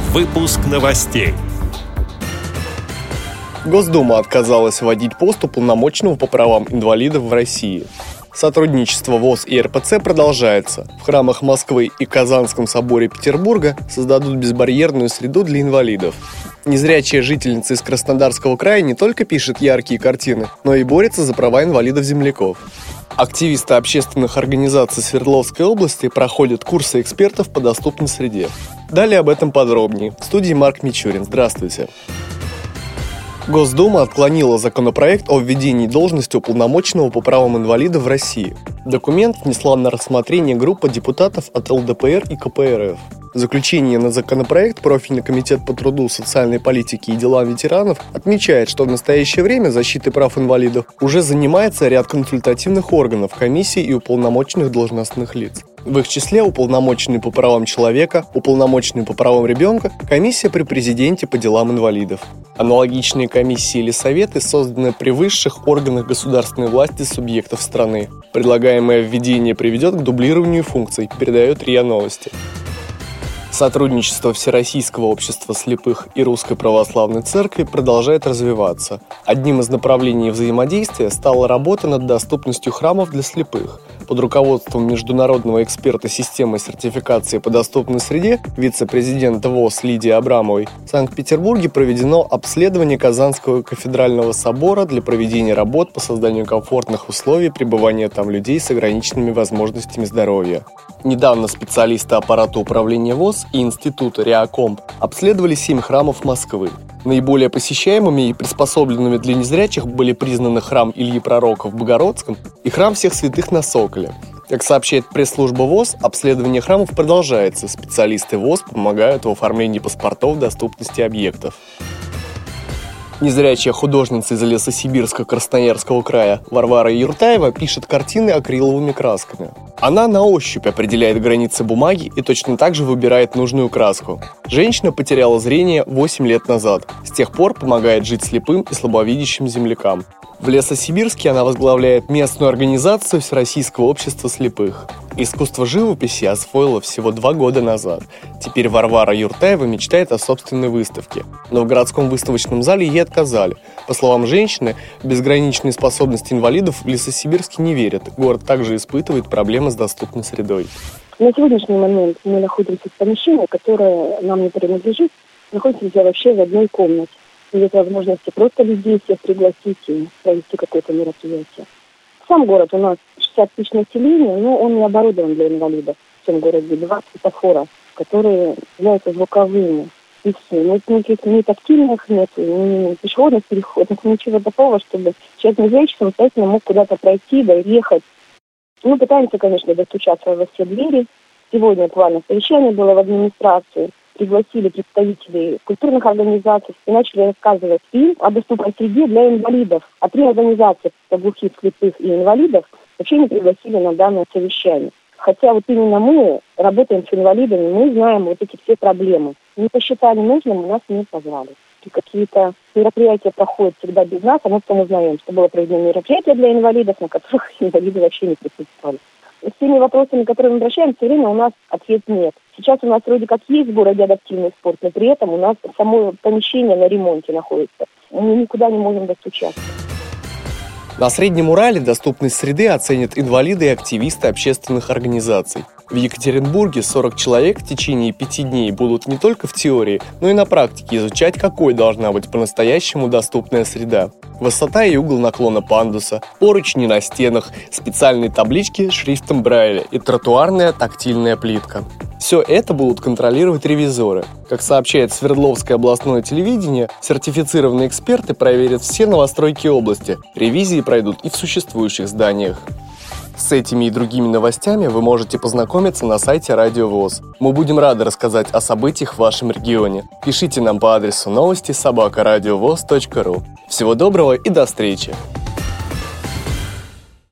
Выпуск новостей. Госдума отказалась вводить пост уполномоченного по правам инвалидов в России. Сотрудничество ВОС и РПЦ продолжается. В храмах Москвы и Казанском соборе Петербурга создадут безбарьерную среду для инвалидов. Незрячая жительница из Краснодарского края не только пишет яркие картины, но и борется за права инвалидов-земляков. Активисты общественных организаций Свердловской области проходят курсы экспертов по доступной среде. Далее об этом подробнее. В студии Марк Мичурин. Здравствуйте. Госдума отклонила законопроект о введении должности уполномоченного по правам инвалидов в России. Документ внесла на рассмотрение группа депутатов от ЛДПР и КПРФ. В заключение на законопроект профильный комитет по труду, социальной политике и делам ветеранов отмечает, что в настоящее время защитой прав инвалидов уже занимается ряд консультативных органов, комиссий и уполномоченных должностных лиц. В их числе уполномоченный по правам человека, уполномоченный по правам ребенка, комиссия при президенте по делам инвалидов. Аналогичные комиссии или советы созданы при высших органах государственной власти субъектов страны. Предлагаемое введение приведет к дублированию функций, передает РИА Новости. Сотрудничество Всероссийского общества слепых и Русской православной церкви продолжает развиваться. Одним из направлений взаимодействия стала работа над доступностью храмов для слепых. Под руководством международного эксперта системы сертификации по доступной среде, вице-президента ВОС Лидии Абрамовой, в Санкт-Петербурге проведено обследование Казанского кафедрального собора для проведения работ по созданию комфортных условий пребывания там людей с ограниченными возможностями здоровья. Недавно специалисты аппарата управления ВОС и Института РИАКомп обследовали 7 храмов Москвы. Наиболее посещаемыми и приспособленными для незрячих были признаны храм Ильи Пророка в Богородском и храм Всех Святых на Соколе. Как сообщает пресс-служба ВОС, обследование храмов продолжается. Специалисты ВОС помогают в оформлении паспортов доступности объектов. Незрячая художница из Лесосибирска Красноярского края Варвара Юртаева пишет картины акриловыми красками. Она на ощупь определяет границы бумаги и точно так же выбирает нужную краску. Женщина потеряла зрение 8 лет назад. С тех пор помогает жить слепым и слабовидящим землякам. В Лесосибирске она возглавляет местную организацию Всероссийского общества слепых. Искусство живописи освоила всего 2 года назад. Теперь Варвара Юртаева мечтает о собственной выставке. Но в городском выставочном зале ей отказали. По словам женщины, в безграничные способности инвалидов в Лесосибирске не верят. Город также испытывает проблемы с доступной средой. На сегодняшний момент мы находимся в помещении, которое нам не принадлежит. Находимся вообще в одной комнате. Нет возможности просто людей всех пригласить и провести какое-то мероприятие. Сам город у нас 60 тысяч населения, но он не оборудован для инвалидов. В всем городе 2 светофора, которые являются звуковыми. И все. Никаких ни тактильных нет, ни пешеходных переходов, ничего такого, чтобы человек незрячий самостоятельно мог куда-то пройти, доехать. Мы пытаемся, конечно, достучаться во все двери. Сегодня буквально совещание было в администрации. Пригласили представителей культурных организаций и начали рассказывать им о доступной среде для инвалидов. А 3 организации для глухих, слепых и инвалидов вообще не пригласили на данное совещание. Хотя вот именно мы работаем с инвалидами, мы знаем вот эти все проблемы. Не посчитали нужным, нас не позвали. И какие-то мероприятия проходят всегда без нас, а мы потом узнаем, что было проведено мероприятие для инвалидов, на которых инвалиды вообще не присутствовали. С теми вопросами, к которым мы обращаемся, все время у нас ответ нет. Сейчас у нас вроде как есть в городе адаптивный спорт, но при этом у нас само помещение на ремонте находится. Мы никуда не можем достучаться. На Среднем Урале доступность среды оценят инвалиды и активисты общественных организаций. В Екатеринбурге 40 человек в течение 5 дней будут не только в теории, но и на практике изучать, какой должна быть по-настоящему доступная среда. Высота и угол наклона пандуса, поручни на стенах, специальные таблички с шрифтом Брайля и тротуарная тактильная плитка. Все это будут контролировать ревизоры. Как сообщает Свердловское областное телевидение, сертифицированные эксперты проверят все новостройки области. Ревизии пройдут и в существующих зданиях. С этими и другими новостями вы можете познакомиться на сайте Радио ВОС. Мы будем рады рассказать о событиях в вашем регионе. Пишите нам по адресу новости@радиовоз.ру. Всего доброго и до встречи!